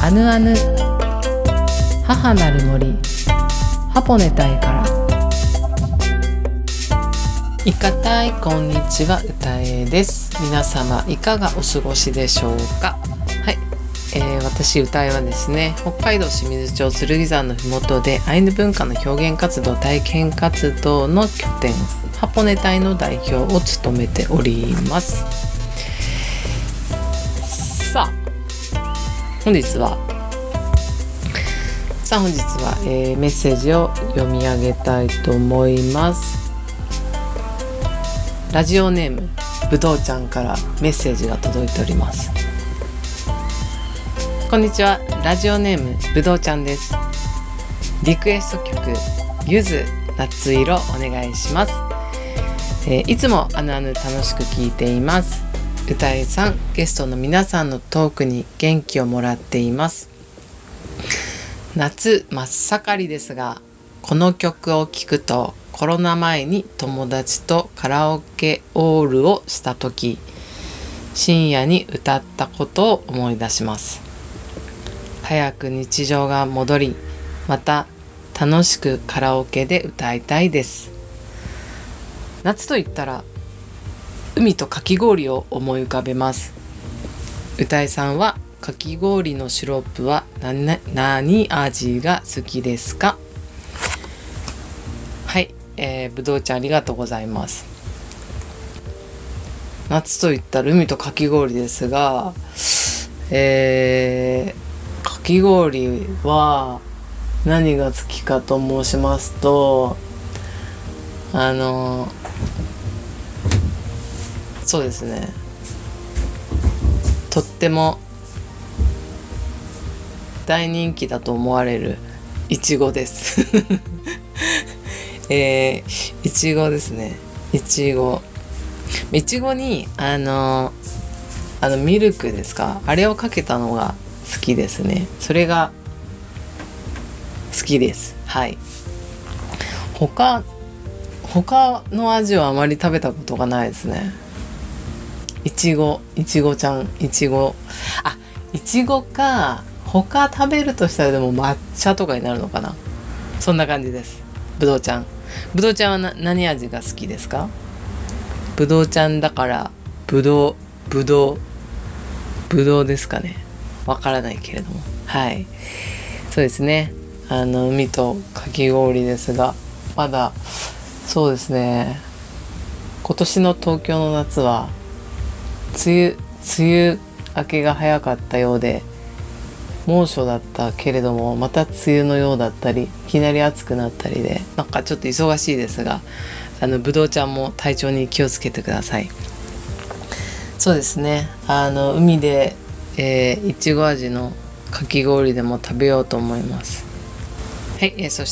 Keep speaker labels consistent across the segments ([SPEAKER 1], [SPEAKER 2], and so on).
[SPEAKER 1] アヌアヌ母なる森ハポネタイから。いかたいこんにちは、うたえです。皆様いかがお過ごしでしょうか。はい、私うたえはですね、北海道清水町剣山のふもとでアイヌ文化の表現活動体験活動の拠点ハポネタイの代表を務めております。さあ本日は、メッセージを読み上げたいと思います。ラジオネームぶどうちゃんからメッセージが届いております。こんにちは、ラジオネームぶどうちゃんです。リクエスト曲ゆず夏色お願いします。いつもあぬあぬ楽しく聴いています。うたえさん、ゲストの皆さんのトークに元気をもらっています。夏真っ盛りですが、この曲を聴くとコロナ前に友達とカラオケオールをした時、深夜に歌ったことを思い出します。早く日常が戻り、また楽しくカラオケで歌いたいです。夏と言ったら海とかき氷を思い浮かべます。うたいさんはかき氷のシロップは何味が好きですか？はい、ぶどうちゃんありがとうございます。夏と言ったら海とかき氷ですが、かき氷は何が好きかと申しますと、そうですね、とっても大人気だと思われるいちごですいちごですね。いちごにミルクですか、あれをかけたのが好きですね。それが好きです。はい。他の味はあまり食べたことがないですね。いちごか。他食べるとしたらでも抹茶とかになるのかな。そんな感じです。ぶどうちゃんは何味が好きですか？ぶどうちゃんだからぶどうですかね。わからないけれども、はい、そうですね。海とかき氷ですが、まだそうですね、今年の東京の夏は梅雨明けが早かったようで猛暑だったけれども、また梅雨のようだったり、いきなり暑くなったりで、なんかちょっと忙しいですが、ぶどうちゃんも体調に気をつけてください。そうですね、海で、いちご味のかき氷でも食べようと思います。はい、そして、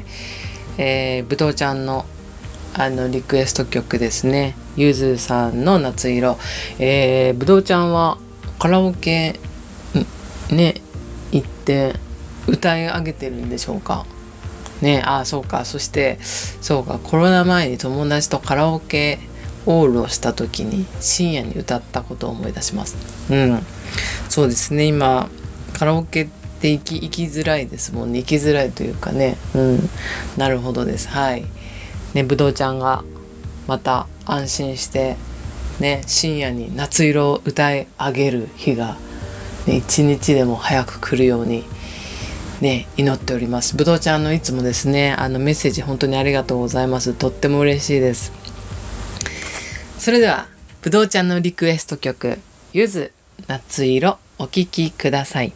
[SPEAKER 1] ぶどうちゃんのリクエスト曲ですね、ゆずさんの夏色。ぶどうちゃんはカラオケね行って歌い上げてるんでしょうかね。そうか。そしてそうか、コロナ前に友達とカラオケオールをした時に深夜に歌ったことを思い出します。そうですね、今カラオケって行きづらいですもんね。行きづらいというかね。なるほどです。はいね、ぶどうちゃんがまた安心してね、深夜に夏色を歌い上げる日が一日でも早く来るようにね、祈っております。ぶどうちゃんいつもですね、メッセージ本当にありがとうございます。とっても嬉しいです。それではぶどうちゃんのリクエスト曲ゆず夏色お聴きください。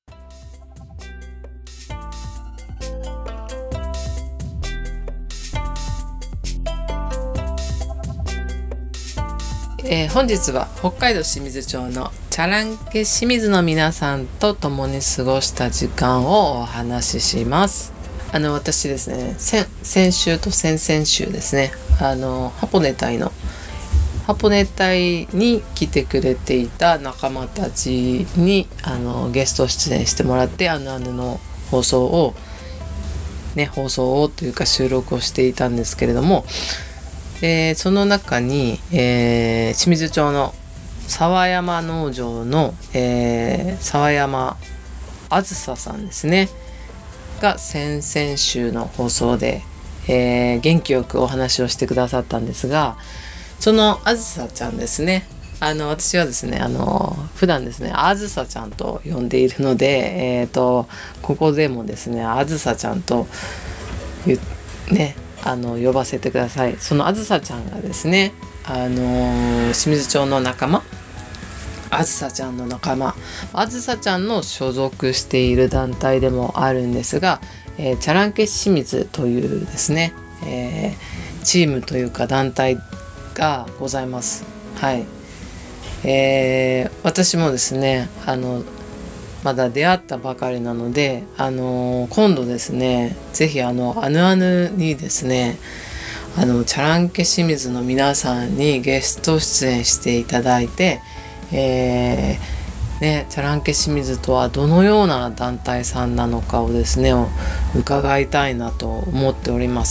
[SPEAKER 1] 本日は北海道清水町のチャランケ清水の皆さんと共に過ごした時間をお話しします。私ですね、先週と先々週ですね、ハポネタイに来てくれていた仲間たちにゲスト出演してもらって、の放送をというか収録をしていたんですけれども、その中に、清水町の沢山農場の、沢山あずささんですねが先々週の放送で、元気よくお話をしてくださったんですが、そのあずさちゃんですね、私はですね普段ですねあずさちゃんと呼んでいるので、ここでもですねあずさちゃんと呼ばせてください。そのあずさちゃんがですね清水町の仲間、あずさちゃんの仲間、あずさちゃんの所属している団体でもあるんですが、チャランケ清水というですね、チームというか団体がございます。はい。私もですねまだ出会ったばかりなので今度ですねぜひあぬあぬにですねチャランケ清水の皆さんにゲスト出演していただいて、チャランケ清水とはどのような団体さんなのかをですね伺いたいなと思っております。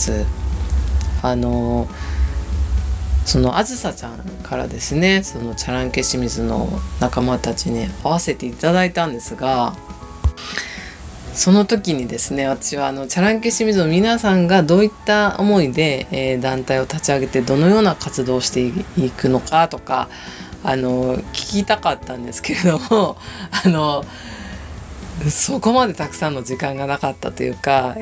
[SPEAKER 1] そのあずさちゃんからですねそのチャランケ清水の仲間たちに会わせていただいたんですが、その時にですね私はチャランケ清水の皆さんがどういった思いで、団体を立ち上げてどのような活動をしていくのかとか聞きたかったんですけれどもそこまでたくさんの時間がなかったというか、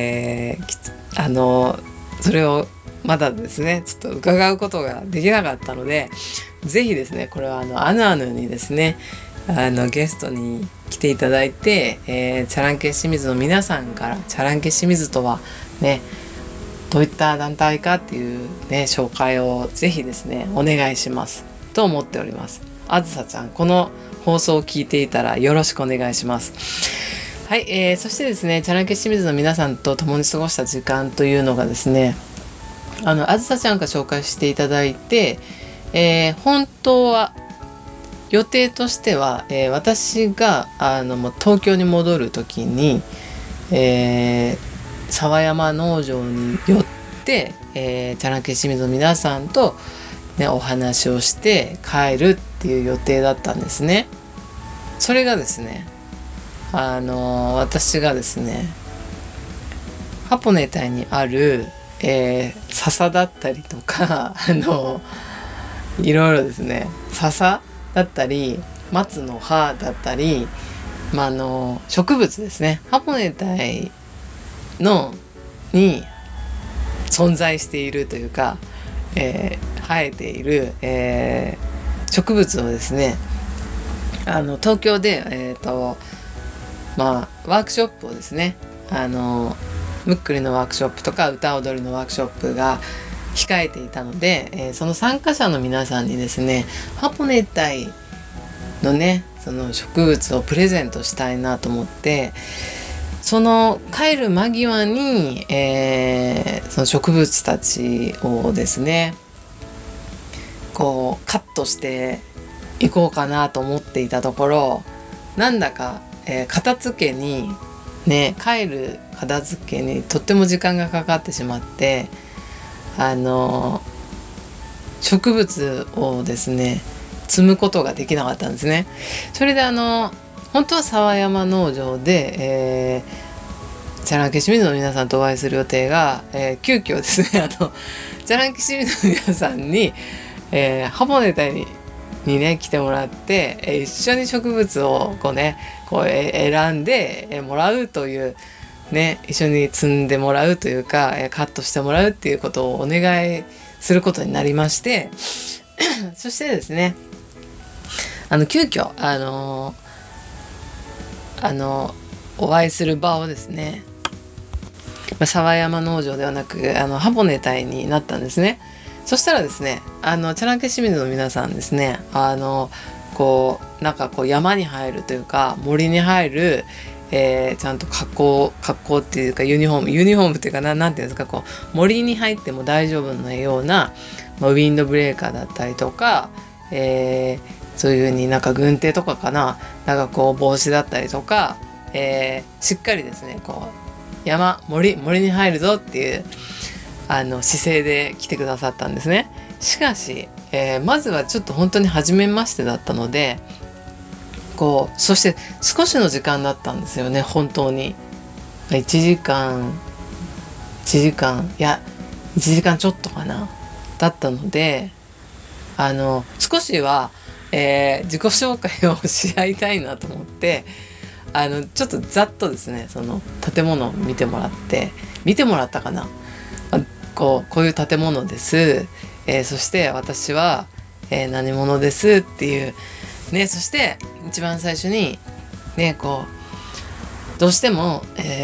[SPEAKER 1] それをまだですねちょっと伺うことができなかったので、ぜひですねこれはあぬあぬにですねゲストに来ていただいて、チャランケ清水の皆さんからチャランケ清水とはねどういった団体かっていうね紹介をぜひですねお願いしますと思っております。あずさちゃん、この放送を聞いていたらよろしくお願いします。はい、そしてですねチャランケ清水の皆さんと共に過ごした時間というのがですねあずさちゃんが紹介していただいて、本当は予定としては、私がもう東京に戻る時に、沢山農場に寄って、チャランケ清水の皆さんと、ね、お話をして帰るっていう予定だったんですね。それがですね私がですねハポネタイにある笹だったりとかいろいろですね笹だったり松の葉だったり、植物ですねハポネタイに存在しているというか、生えている、植物をですね東京で、ワークショップをですねむっくりのワークショップとか歌踊りのワークショップが控えていたので、その参加者の皆さんにですねハポネタイのねその植物をプレゼントしたいなと思って、その帰る間際に、その植物たちをですねこうカットしていこうかなと思っていたところ、なんだか、片付けにね帰る片付けにとっても時間がかかってしまって、植物をですね摘むことができなかったんですね。それで本当は沢山農場で、チャランケ清水の皆さんとお会いする予定が、急遽ですねチャランケ清水の皆さんに、ハポネタにね来てもらって、一緒に植物をこう選んでもらうというね、一緒に摘んでもらうというかカットしてもらうっていうことをお願いすることになりましてそしてですね急遽お会いする場をですね、沢山農場ではなくハポネタイになったんですね。そしたらですねチャランケ清水の皆さんですね山に入るというか森に入る、ちゃんと格好っていうかユニフォームっていうかなんていうんですか森に入っても大丈夫なような、ウィンドブレーカーだったりとか、そういう風に軍手とか帽子だったりとか、しっかりですね森に入るぞっていう姿勢で来てくださったんですね。しかし、まずはちょっと本当に初めましてだったのでそして少しの時間だったんですよね。本当に1時間いや1時間ちょっとかなだったので、少しは、自己紹介をし合いたいなと思って、ちょっとざっとですね、その建物を見てもらったかな。こういう建物です、そして私は、何者ですっていうね。そして一番最初にね、どうしても、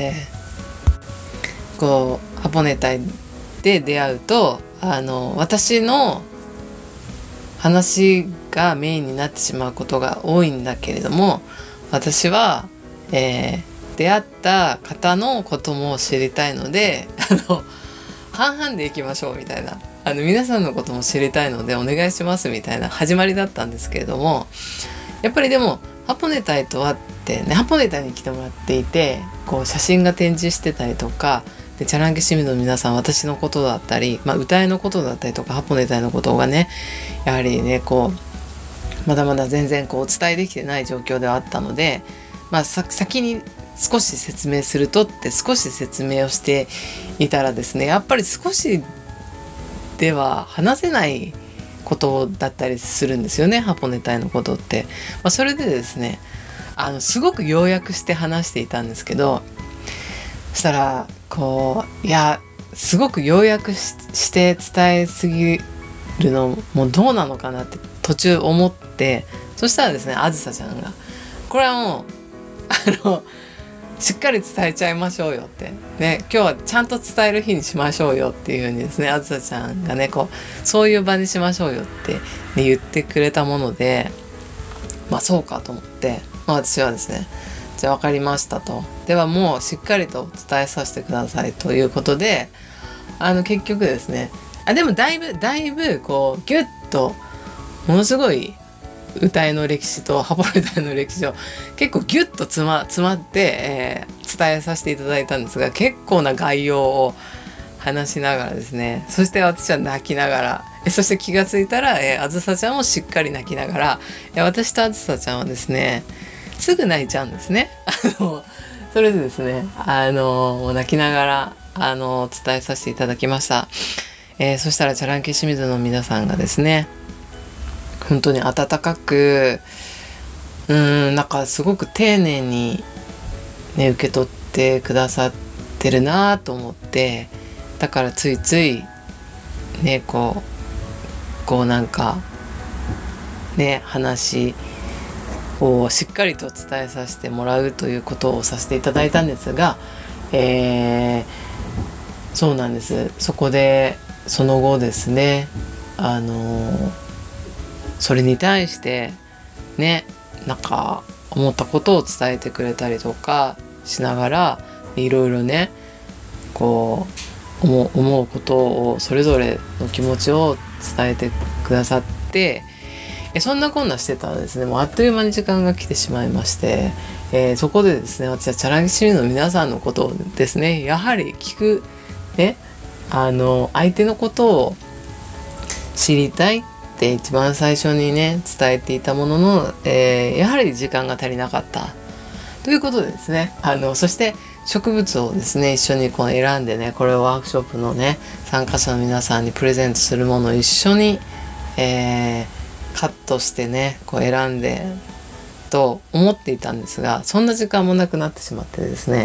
[SPEAKER 1] ハポネ隊で出会うと私の話がメインになってしまうことが多いんだけれども、私は、出会った方のことも知りたいので半々でいきましょうみたいな、皆さんのことも知りたいのでお願いしますみたいな始まりだったんですけれども、やっぱりでもハポネ隊と会ってね、ハポネ隊に来てもらっていて、写真が展示してたりとかで、チャランケシミの皆さん私のことだったり、歌いのことだったりとかハポネ隊のことがね、やはりねまだまだ全然お伝えできてない状況ではあったので、先に少し説明するとって少し説明をしていたらですね、やっぱり少しでは話せないことだったりするんですよね、ハポネ隊のことって。それでですね、すごく要約して話していたんですけど、そしたらいやすごく要約して伝えすぎるのもどうなのかなって途中思って、そしたらですね、あずさちゃんがこれはもうしっかり伝えちゃいましょうよってね、今日はちゃんと伝える日にしましょうよっていう風にですね、あずさちゃんがねそういう場にしましょうよって、ね、言ってくれたもので、そうかと思って、私はですね、じゃあ分かりましたと、ではもうしっかりと伝えさせてくださいということで、結局ですね、でもだいぶギュッとものすごい歌いの歴史とハポネ隊の歴史を結構ギュッと詰まって、伝えさせていただいたんですが、結構な概要を話しながらですね、そして私は泣きながら、そして気がついたら、あずさちゃんもしっかり泣きながら、私とあずさちゃんはですねすぐ泣いちゃうんですね。それでですね泣きながら伝えさせていただきました。そしたらチャランケ清水の皆さんがですね、本当に温かく、なんかすごく丁寧にね受け取ってくださってるなと思って、だからついついねなんかね話をしっかりと伝えさせてもらうということをさせていただいたんですが、そうなんです。そこでその後ですね、それに対してね、なんか思ったことを伝えてくれたりとかしながら、いろいろね思うことを、それぞれの気持ちを伝えてくださって、そんなこんなしてたらですね、もうあっという間に時間が来てしまいまして、そこでですね、私はチャランケ清水の皆さんのことをですね、やはり聞くね、相手のことを知りたいって一番最初にね伝えていたものの、やはり時間が足りなかったということでですね、そして植物をですね一緒に選んでね、これをワークショップのね参加者の皆さんにプレゼントするものを一緒に、カットしてね選んでと思っていたんですが、そんな時間もなくなってしまってですね、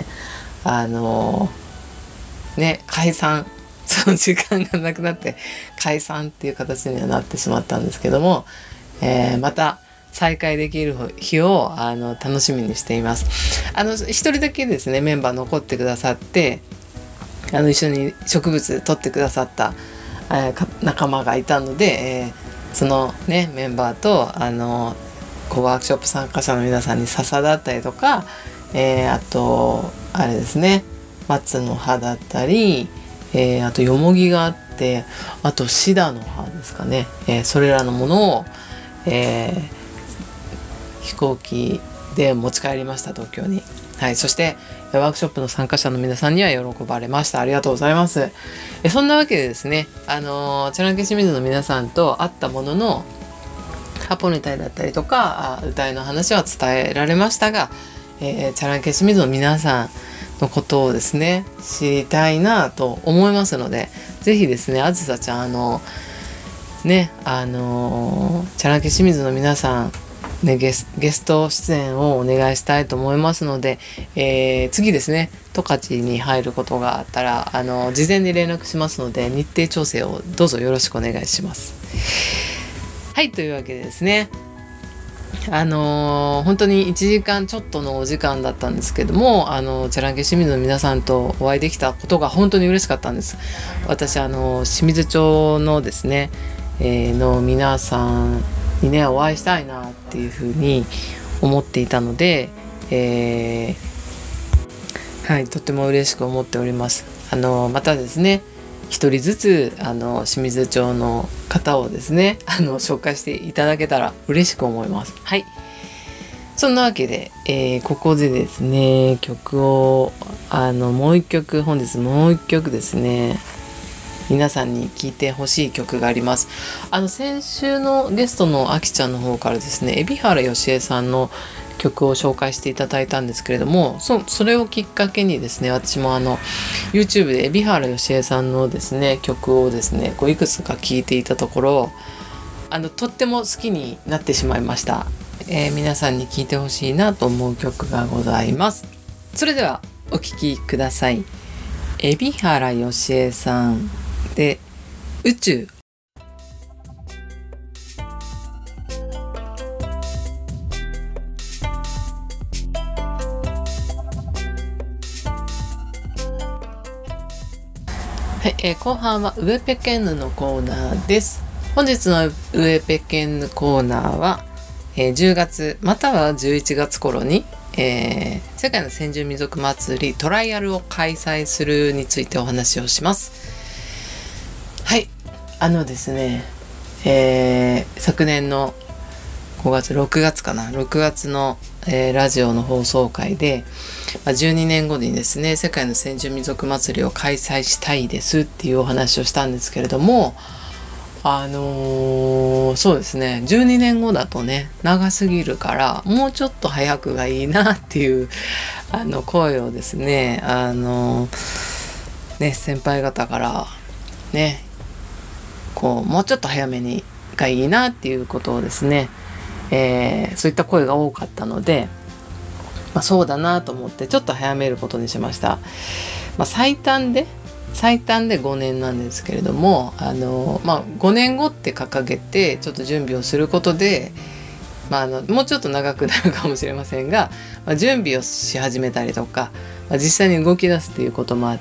[SPEAKER 1] 解散、その時間がなくなって解散っていう形にはなってしまったんですけども、また再開できる日を楽しみにしています。一人だけですねメンバー残ってくださって、一緒に植物取ってくださった、仲間がいたので、そのねメンバーとワークショップ参加者の皆さんに笹だったりとか、あとあれですね、松の葉だったり、あとよもぎがあって、あとシダの葉ですかね、それらのものを、飛行機で持ち帰りました、東京に。はい、そしてワークショップの参加者の皆さんには喜ばれました。ありがとうございます。そんなわけでですね、チャランケ清水の皆さんと会ったものの、 ハポネタイだったりとか歌いの話は伝えられましたが、チャランケ清水の皆さんのことをですね知りたいなと思いますので、ぜひですねあずさちゃんチャランケ清水の皆さんね、ゲスト出演をお願いしたいと思いますので、次ですね十勝に入ることがあったら事前に連絡しますので、日程調整をどうぞよろしくお願いします。はい、というわけでですね本当に1時間ちょっとのお時間だったんですけども、チャランケ清水の皆さんとお会いできたことが本当に嬉しかったんです。私清水町のですね、の皆さんにねお会いしたいなっていうふうに思っていたので、はい、とても嬉しく思っております。またですね一人ずつ清水町の方をですね紹介していただけたら嬉しく思います。はい、そんなわけで、ここでですね曲をもう一曲本日もう一曲ですね皆さんに聴いてほしい曲があります。先週のゲストのあきちゃんの方からですね海老原よしえさんの曲を紹介していただいたんですけれども、それをきっかけにですね私もYouTube で海老原よしえさんのですね曲をですねいくつか聴いていたところとっても好きになってしまいました。皆さんに聴いてほしいなと思う曲がございます。それではお聴きください。海老原よしえさんで宇宙。はい、後半はウエペケンヌのコーナーです。本日のウエペケンヌコーナーは、10月または11月頃に、世界の先住民族祭りトライアルを開催するについてお話をします。はい、ですね、昨年の6月の、ラジオの放送回で、12年後にですね世界の先住民族祭りを開催したいですっていうお話をしたんですけれども、そうですね12年後だとね長すぎるからもうちょっと早くがいいなっていう声をですね先輩方からねもうちょっと早めにがいいなっていうことをですね、そういった声が多かったので、そうだなと思ってちょっと早めることにしました。最短で5年なんですけれども5年後って掲げてちょっと準備をすることで、もうちょっと長くなるかもしれませんが、準備をし始めたりとか、実際に動き出すっていうこともあって、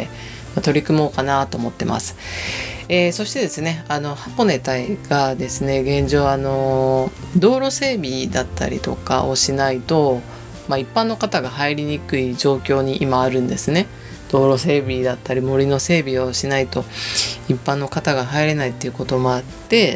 [SPEAKER 1] 取り組もうかなと思ってます。そしてですね箱根隊がですね現状道路整備だったりとかをしないと、一般の方が入りにくい状況に今あるんですね。道路整備だったり森の整備をしないと一般の方が入れないっていうこともあって、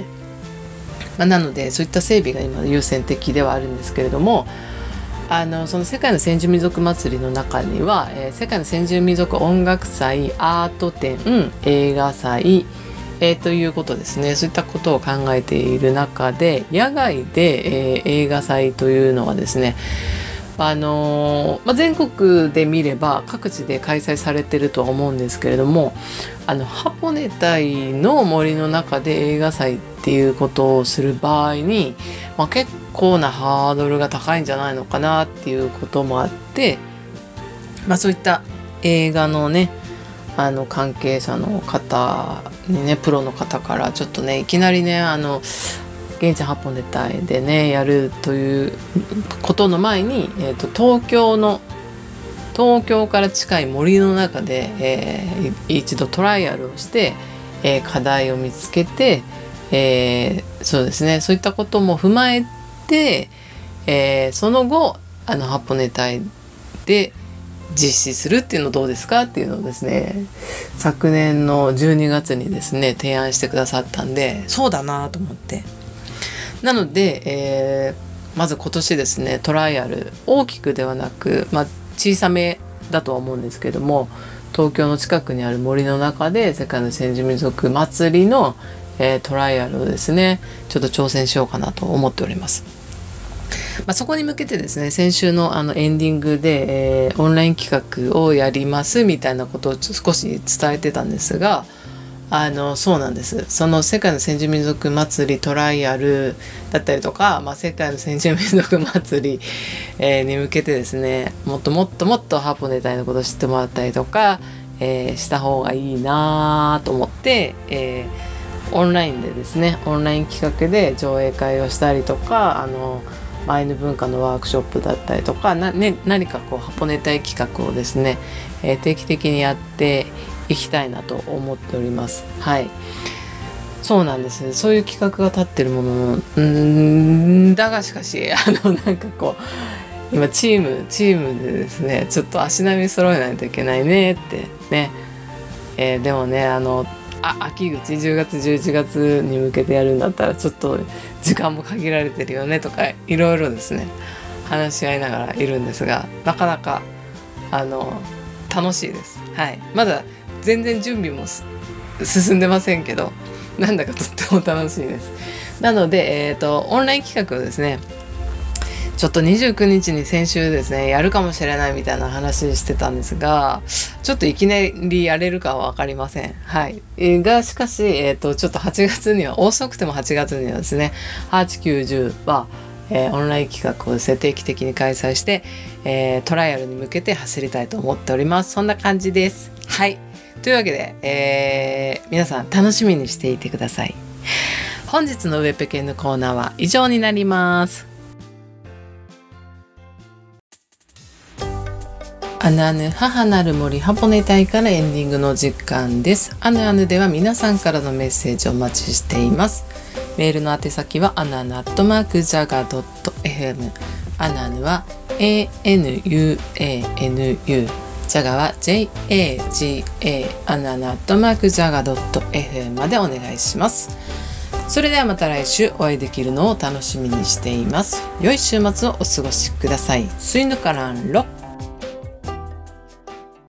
[SPEAKER 1] なのでそういった整備が今優先的ではあるんですけれども、その世界の先住民族祭りの中には、世界の先住民族音楽祭、アート展、映画祭、ということですね。そういったことを考えている中で野外で、映画祭というのはですね全国で見れば各地で開催されてるとは思うんですけれども、箱根隊の森の中で映画祭っていうことをする場合に、結構なハードルが高いんじゃないのかなっていうこともあって、そういった映画のね関係者の方にねプロの方からちょっとねいきなりね現地箱根隊でねやるということの前に、東京から近い森の中で、一度トライアルをして、課題を見つけて、そうですねそういったことも踏まえて、その後箱根隊で実施するっていうのどうですかっていうのをですね昨年の12月にですね提案してくださったんで、そうだなと思って、なので、まず今年ですねトライアル大きくではなく、小さめだとは思うんですけども、東京の近くにある森の中で世界の先住民族祭りの、 トライアルをですねちょっと挑戦しようかなと思っております。そこに向けてですね、先週のエンディングで、オンライン企画をやりますみたいなことを少し伝えてたんですが、そうなんです。その世界の先住民族祭りトライアルだったりとか、世界の先住民族祭り、に向けてですね、もっとハポネタイのことを知ってもらったりとか、した方がいいなと思って、オンラインでですね、オンライン企画で上映会をしたりとか、アイヌ文化のワークショップだったりとか、何かハポネタイ企画をですね、定期的にやっていきたいなと思っております。はい。そうなんです。そういう企画が立ってるものだがしかし、今チームでですね、ちょっと足並み揃えないといけないねってね。でもね、秋口10月11月に向けてやるんだったらちょっと時間も限られてるよねとかいろいろですね話し合いながらいるんですが、なかなか楽しいです。はい。まだ全然準備も進んでませんけど、なんだかとっても楽しいです。なので、オンライン企画をですねちょっと29日に先週ですねやるかもしれないみたいな話してたんですが、ちょっといきなりやれるかは分かりません。はい。しかし、ちょっと8月には遅くても8月にはですね8、9、10は、オンライン企画をですね定期的に開催して、トライアルに向けて走りたいと思っております。そんな感じです。はい。というわけで、皆さん楽しみにしていてください。本日のウェペケンのコーナーは以上になります。アヌアヌ母なる森ハポネタイからエンディングの時間です。アヌアヌでは皆さんからのメッセージをお待ちしています。メールの宛先はananu@jaga.fm、 アヌアヌは ANUANU、 ジャガは JAGA、 ananu@jaga.fm までお願いします。それではまた来週お会いできるのを楽しみにしています。良い週末をお過ごしください。スイヌカランロッ